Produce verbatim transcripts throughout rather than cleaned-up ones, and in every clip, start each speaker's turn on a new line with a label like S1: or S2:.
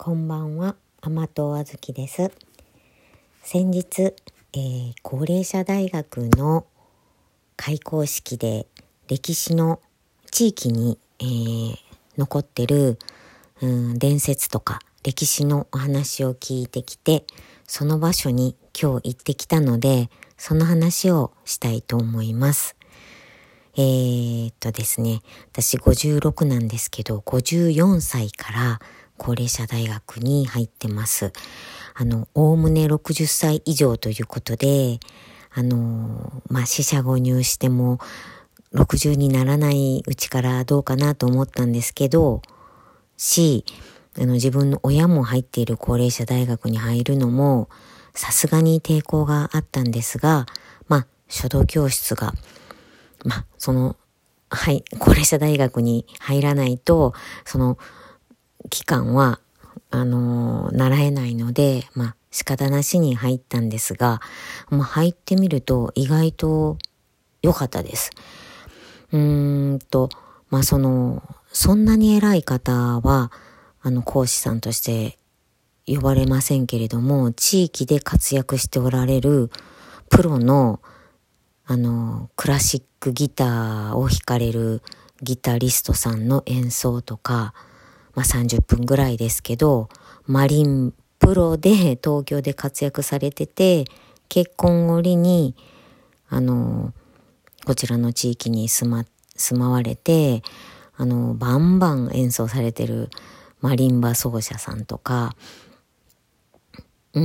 S1: こんばんは、甘党あずきです。先日、えー、高齢者大学の開校式で歴史の地域に、えー、残ってる、うん、伝説とか歴史のお話を聞いてきて、その場所に今日行ってきたので、その話をしたいと思います。えー、っとですね、私ごじゅうろくなんですけど、ごじゅうよんさいから高齢者大学に入ってます。あの、おおむねろくじゅっさい以上ということで、あの、まあ、四捨五入してもろくじゅうにならないうちからどうかなと思ったんですけど、し、あの、自分の親も入っている高齢者大学に入るのも、さすがに抵抗があったんですが、まあ、書道教室が、まあ、その、はい、高齢者大学に入らないと、その、期間は、あのー、習えないので、まあ、仕方なしに入ったんですが、まあ、入ってみると意外と良かったです。うーんと、まあ、その、そんなに偉い方は、あの、講師さんとして呼ばれませんけれども、地域で活躍しておられるプロの、あの、クラシックギターを弾かれるギタリストさんの演奏とか、まあ、さんじゅっぷんぐらいですけど、マリンプロで東京で活躍されてて、結婚後に、あの、こちらの地域に住ま、住まわれて、あの、バンバン演奏されてるマリンバ奏者さんとか、うん、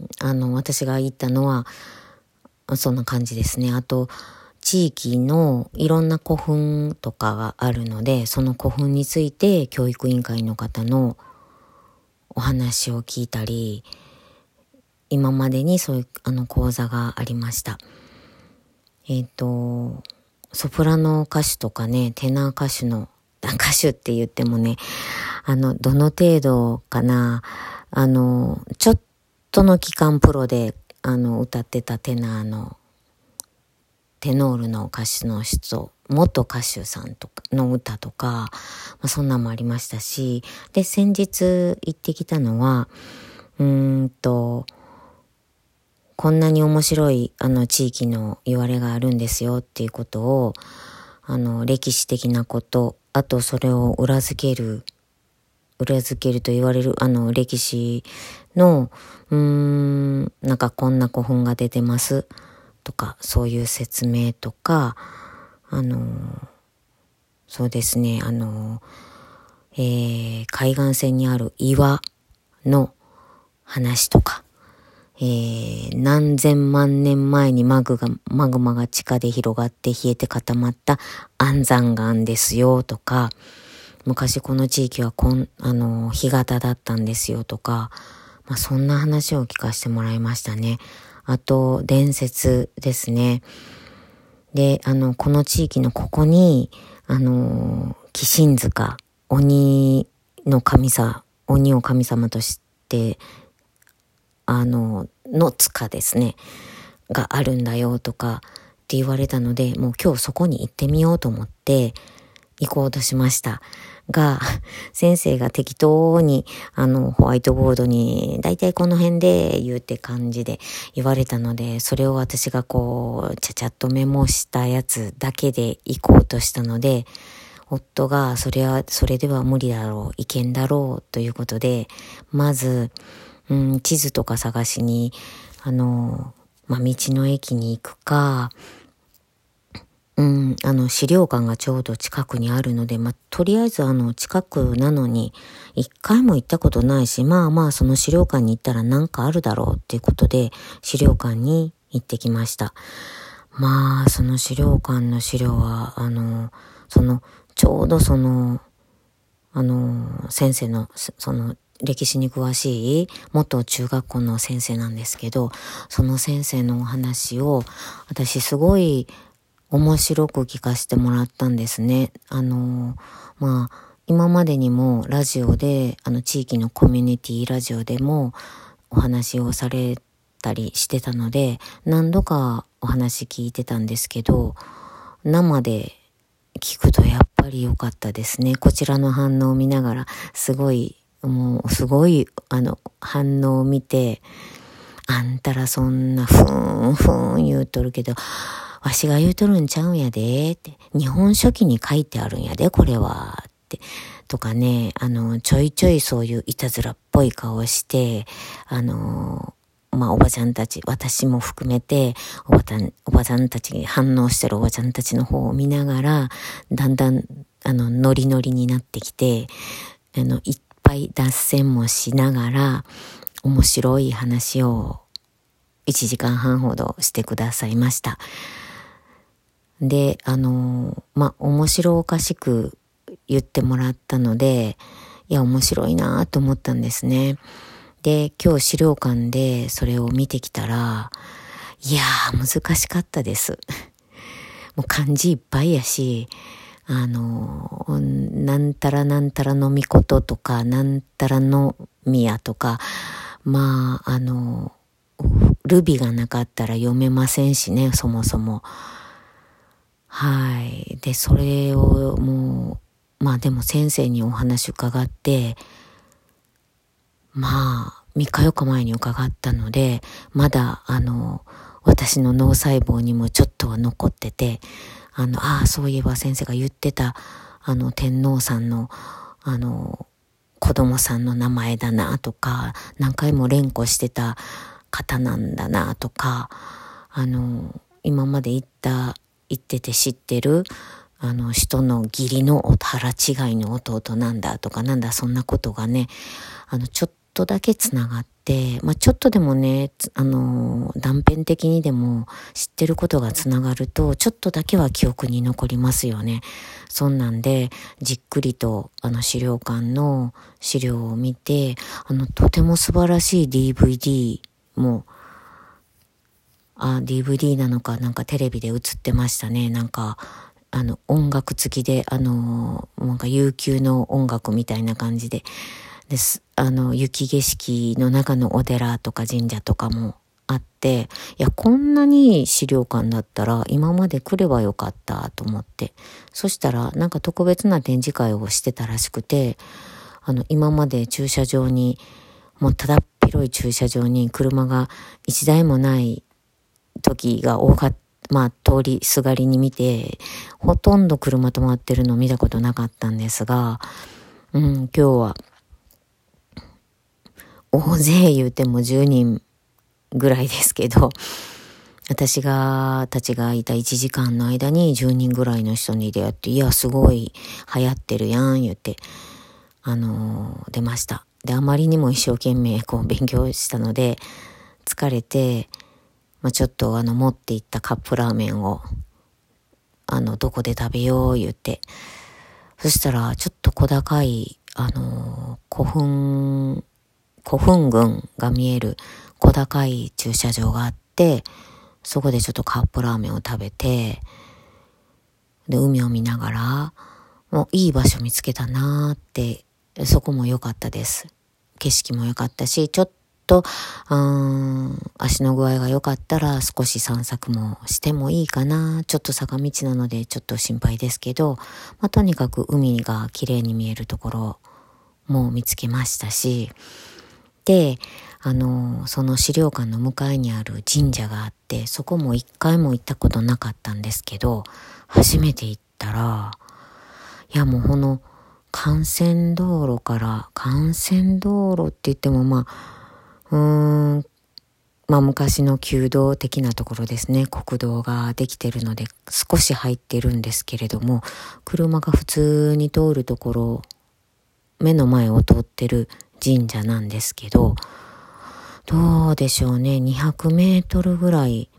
S1: あの、私が言ったのは、そんな感じですね。あと、地域のいろんな古墳とかがあるので、その古墳について教育委員会の方のお話を聞いたり、今までにそういうあの講座がありました。えっと、ソプラノ歌手とかね、テナー歌手の、歌手って言ってもね、あの、どの程度かな、あの、ちょっとの期間プロで、あの、歌ってたテナーの、テノールの歌手の人、元歌手さんとかの歌とか、まあ、そんなんもありましたし、で、先日行ってきたのは、うーんと、こんなに面白いあの地域の言われがあるんですよっていうことを、あの歴史的なこと、あとそれを裏付ける、裏付けると言われるあの歴史の、うーん、なんかこんな古墳が出てますとか、そういう説明とか、あの、そうですね、あの、えー、海岸線にある岩の話とか、えー、何千万年前にマグが、マグマが地下で広がって冷えて固まった安山岩ですよとか、昔この地域はこん、あの、干潟だったんですよとか、まあ、そんな話を聞かせてもらいましたね。あと、伝説ですね。で、あの、この地域のここに、あの、鬼神塚、鬼の神様、鬼を神様として、あの、の塚ですね、があるんだよとかって言われたので、もう今日そこに行ってみようと思って行こうとしました。が、先生が適当にあのホワイトボードにだいたいこの辺で言うって感じで言われたので、それを私がこうちゃちゃっとメモしたやつだけで行こうとしたので、夫がそれは、それでは無理だろう、いけんだろうということで、まず、うん、地図とか探しに、あの、まあ、道の駅に行くか、うん、あの、資料館がちょうど近くにあるので、まあ、とりあえずあの、近くなのに、一回も行ったことないし、まあまあ、その資料館に行ったらなんかあるだろうっていうことで、資料館に行ってきました。まあ、その資料館の資料は、あの、その、ちょうどその、あの、先生の、その、歴史に詳しい元中学校の先生なんですけど、その先生のお話を私すごい面白く聞かせてもらったんですね。あの、まあ、今までにもラジオで、あの地域のコミュニティラジオでもお話をされたりしてたので、何度かお話聞いてたんですけど、生で聞くとやっぱり良かったですね。こちらの反応を見ながらすごいもうすごいあの反応を見て、あんたらそんなふーんふーん言うとるけど、わしが言うとるんちゃうんやでって、日本書紀に書いてあるんやでこれはってとかね、あのちょいちょいそういういたずらっぽい顔して、あのまあおばちゃんたち、私も含めておばたんおばちゃんたちに反応してるおばちゃんたちの方を見ながら、だんだんあのノリノリになってきて、あのいっぱい脱線もしながら面白い話をいちじかんはんほどしてくださいました。で、あの、まあ、面白おかしく言ってもらったので、いや、面白いなと思ったんですね。で、今日資料館でそれを見てきたら、いやー、難しかったです。もう漢字いっぱいやし、あの、なんたらなんたらのみこととか、なんたらのみやとか、まあ、あの、ルビがなかったら読めませんしね、そもそも。はい。で、それをもう、まあでも先生にお話伺って、まあ、みっかよっかまえに伺ったので、まだ、あの、私の脳細胞にもちょっとは残ってて、あの、ああ、そういえば先生が言ってた、あの、天皇さんの、あの、子供さんの名前だなとか、何回も連呼してた方なんだなとか、あの、今まで言った、言ってて知ってるあの人の義理の腹違いの弟なんだとか、なんだそんなことがね、あのちょっとだけつながって、まあちょっとでもね、あの断片的にでも知ってることがつながると、ちょっとだけは記憶に残りますよね。そんなんでじっくりとあの資料館の資料を見て、あのとても素晴らしい ディーブイディー もあ、ディーブイディー なのか、なんかテレビで映ってましたね。なんか、あの、音楽付きで、あの、なんか悠久の音楽みたいな感じで、です。あの、雪景色の中のお寺とか神社とかもあって、いや、こんなに資料館だったら今まで来ればよかったと思って。そしたら、なんか特別な展示会をしてたらしくて、あの、今まで駐車場に、もうただっ広い駐車場に車が一台もない時が多かった。まあ通りすがりに見て、ほとんど車止まってるの見たことなかったんですが、うん、今日は大勢言うてもじゅうにんぐらいですけど、私がたちがいたいちじかんの間にじゅうにんぐらいの人に出会って、いやすごい流行ってるやん言って、あのー、出ました。で、あまりにも一生懸命こう勉強したので疲れて、まあ、ちょっとあの持っていったカップラーメンをあのどこで食べよう言って、そしたらちょっと小高いあの古墳古墳群が見える小高い駐車場があって、そこでちょっとカップラーメンを食べて、で海を見ながら、もういい場所見つけたなーって、そこも良かったです。景色も良かったし、ちょっととうーん足の具合が良かったら少し散策もしてもいいかな。ちょっと坂道なのでちょっと心配ですけど、まあ、とにかく海が綺麗に見えるところも見つけましたし、で、あのその資料館の向かいにある神社があって、そこも一回も行ったことなかったんですけど、初めて行ったら、いやもうこの幹線道路から幹線道路って言ってもまあうーんまあ昔の旧道的なところですね。国道ができてるので少し入ってるんですけれども、車が普通に通るところ、目の前を通ってる神社なんですけど、どうでしょうね、にひゃくメートルぐらい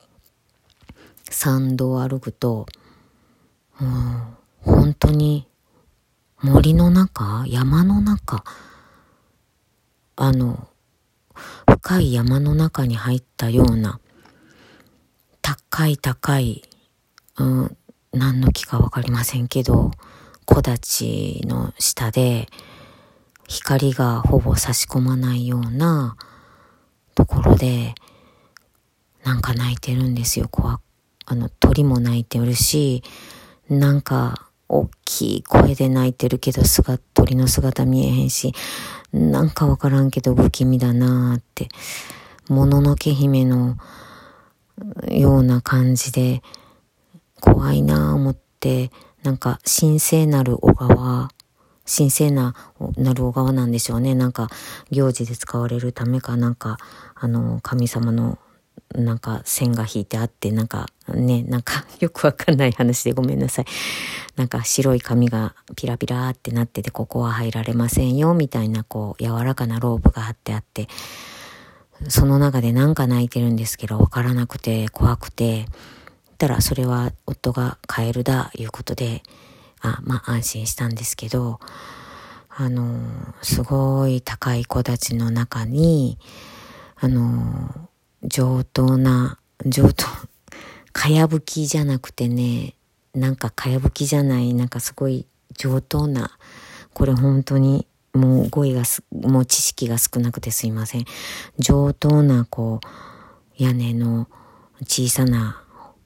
S1: 山道を歩くと、もう本当に森の中、山の中、あの深い山の中に入ったような高い高い、うん、何の木かわかりませんけど、木立の下で光がほぼ差し込まないようなところでなんか鳴いてるんですよ。怖あの鳥も鳴いてるし、なんか大きい声で泣いてるけど姿、鳥の姿見えへんし、なんかわからんけど不気味だなーって、もののけ姫のような感じで怖いなー思って、なんか神聖なる小川、神聖ななる小川なんでしょうね。なんか行事で使われるためかなんかあの神様のなんか線が引いてあって、なんかね、なんかよくわかんない話でごめんなさい。なんか白い紙がピラピラってなってて、ここは入られませんよみたいなこう柔らかなロープが貼ってあって、その中でなんか泣いてるんですけどわからなくて怖くて、たらそれは夫がカエルだいうことで、あまあ安心したんですけど、あのすごい高い木立の中にあの上等な上等かやぶきじゃなくてね、なんかかやぶきじゃない、なんかすごい上等な、これ本当にもう語彙がすもう知識が少なくてすいません。上等なこう屋根の小さな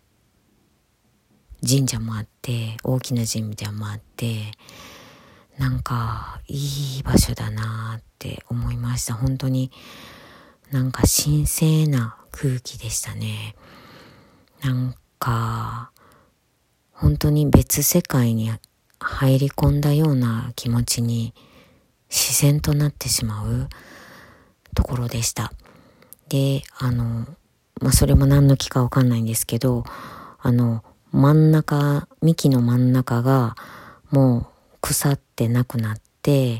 S1: 神社もあって、大きな神社もあって、なんかいい場所だなって思いました。本当になんか神聖な空気でしたね。なんか本当に別世界に入り込んだような気持ちに自然となってしまうところでした。で、あの、まあ、それも何の木かわかんないんですけど、あの、真ん中、幹の真ん中がもう腐ってなくなって、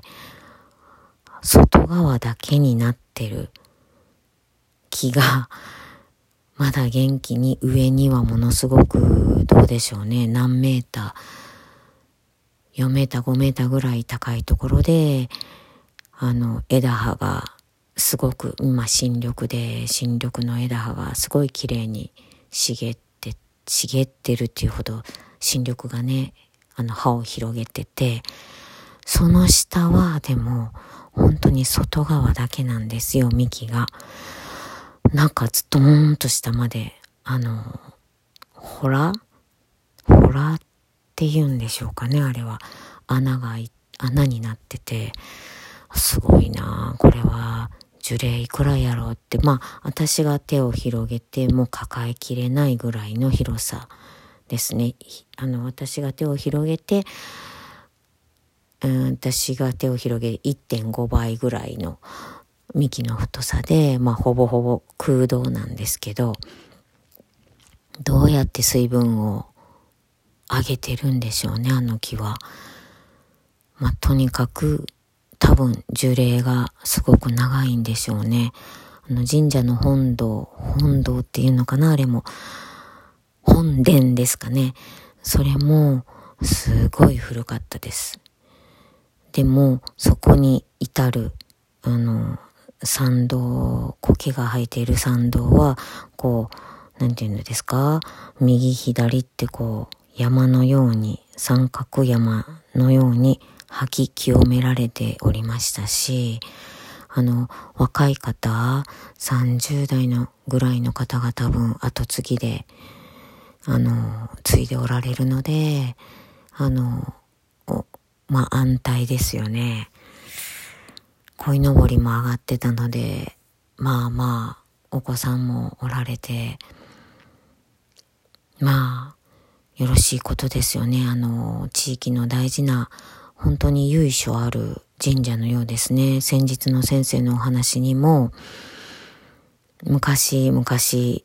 S1: 外側だけになってる木が、まだ元気に上にはものすごく、どうでしょうね、何メーター、よんメーター、ごメーターぐらい高いところで、あの、枝葉がすごく、今新緑で、新緑の枝葉がすごい綺麗に茂って、茂ってるっていうほど新緑がね、あの葉を広げてて、その下はでも本当に外側だけなんですよ、幹が。なんかずっともーんと下まで、あの、ほらほらって言うんでしょうかね、あれは。穴がい、穴になってて、すごいなこれは樹齢いくらやろうって、まあ私が手を広げても抱えきれないぐらいの広さですね。あの私が手を広げて、うん、私が手を広げ いってんご 倍ぐらいの幹の太さで、まあほぼほぼ空洞なんですけど、どうやって水分を上げてるんでしょうね、あの木は。まあとにかく多分樹齢がすごく長いんでしょうね。あの神社の本堂、本堂っていうのかな、あれも本殿ですかね。それもすごい古かったです。でもそこに至るあの参道、苔が生えている参道はこうなんていうのですか、右左ってこう山のように、三角山のように吐き清められておりましたし、あの若い方、さんじゅう代のぐらいの方が多分後継ぎであの継いでおられるので、あのまあ安泰ですよね。鯉のぼりも上がってたので、まあまあお子さんもおられて、まあよろしいことですよね。あの地域の大事な本当に由緒ある神社のようですね。先日の先生のお話にも、昔昔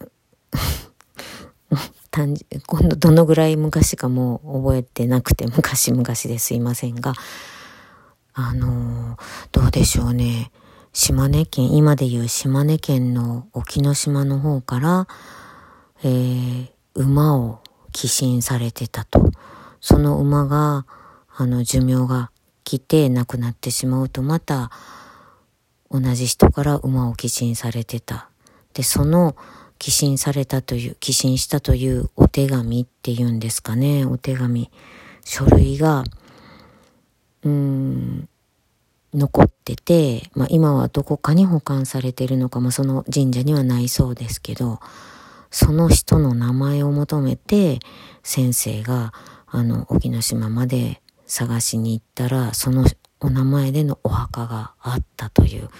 S1: 今度どのぐらい昔かもう覚えてなくて、昔々ですいませんが、あのどうでしょうね、島根県、今でいう島根県の沖ノ島の方から、えー、馬を寄進されてたと。その馬があの寿命が来て亡くなってしまうと、また同じ人から馬を寄進されてた。で、その寄進されたという、寄進したというお手紙っていうんですかね、お手紙、書類がうーん残ってて、まあ今はどこかに保管されているのかも、その神社にはないそうですけど、その人の名前を求めて先生があの沖ノ島まで探しに行ったら、そのお名前でのお墓があったという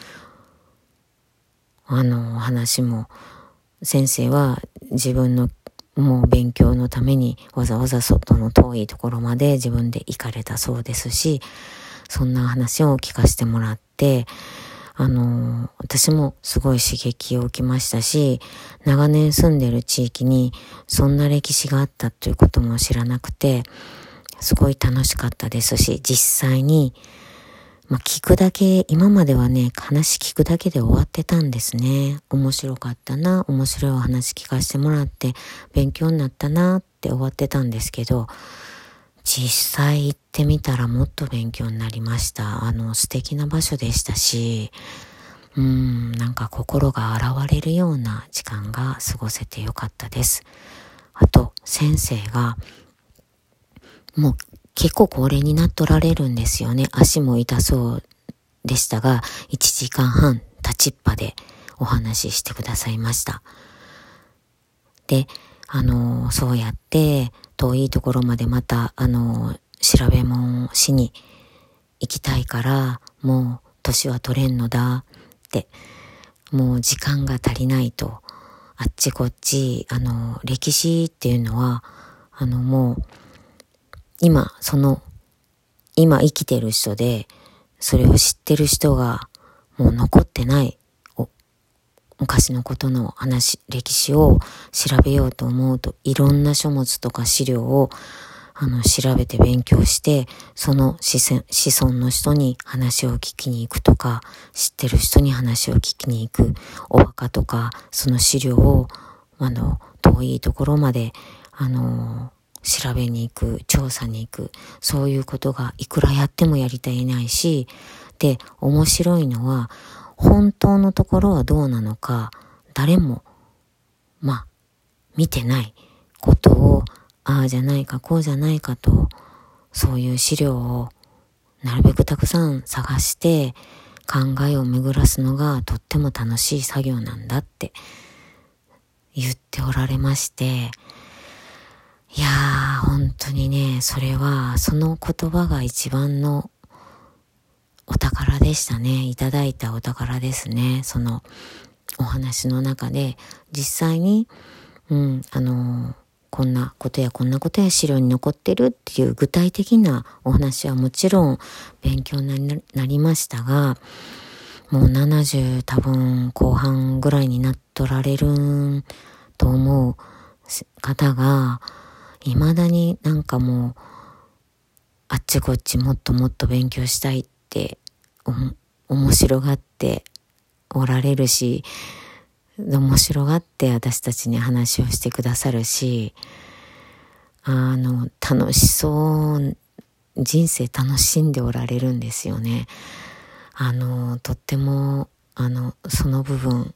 S1: あの話も、先生は自分のもう勉強のためにわざわざ外の遠いところまで自分で行かれたそうですし、そんな話を聞かせてもらって、あの私もすごい刺激を受けましたし、長年住んでる地域にそんな歴史があったということも知らなくて、すごい楽しかったですし、実際にまあ、聞くだけ、今まではね、話聞くだけで終わってたんですね。面白かったな、面白いお話聞かせてもらって、勉強になったなって終わってたんですけど、実際行ってみたらもっと勉強になりました。あの、素敵な場所でしたし、うーん、なんか心が洗われるような時間が過ごせてよかったです。あと、先生が、もう、結構高齢になっとられるんですよね。足も痛そうでしたが、いちじかんはん立ちっぱでお話ししてくださいました。で、あの、そうやって遠いところまでまた、あの、調べ物しに行きたいから、もう年は取れんのだって、もう時間が足りないと、あっちこっち、あの、歴史っていうのは、あの、もう、今、その、今生きてる人で、それを知ってる人がもう残ってないお昔のことの話、歴史を調べようと思うと、いろんな書物とか資料をあの調べて勉強して、その子孫の人に話を聞きに行くとか、知ってる人に話を聞きに行く、お墓とか、その資料をあの遠いところまであの調べに行く、調査に行く、そういうことがいくらやってもやりたいないし、で、面白いのは、本当のところはどうなのか、誰も、まあ、見てないことを、ああじゃないか、こうじゃないかと、そういう資料をなるべくたくさん探して考えを巡らすのがとっても楽しい作業なんだって言っておられまして、いやー本当にね、それはその言葉が一番のお宝でしたね。いただいたお宝ですね。そのお話の中で実際に、うん、あのー、こんなことやこんなことや資料に残ってるっていう具体的なお話はもちろん勉強になりましたが、もうななじゅう多分後半ぐらいになっとられると思う方が、未だになんかもうあっちこっちもっともっと勉強したいってお面白がっておられるし、面白がって私たちに話をしてくださるし、あの楽しそう、人生楽しんでおられるんですよね。あのとってもあのその部分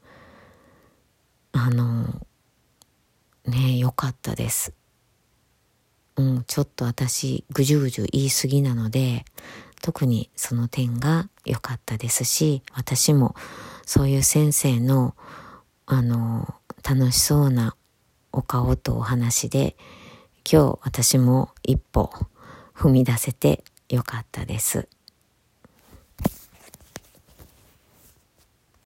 S1: あのね良かったです。うん、ちょっと私ぐじゅぐじゅ言い過ぎなので、特にその点が良かったですし、私もそういう先生のあの楽しそうなお顔とお話で、今日私も一歩踏み出せて良かったです。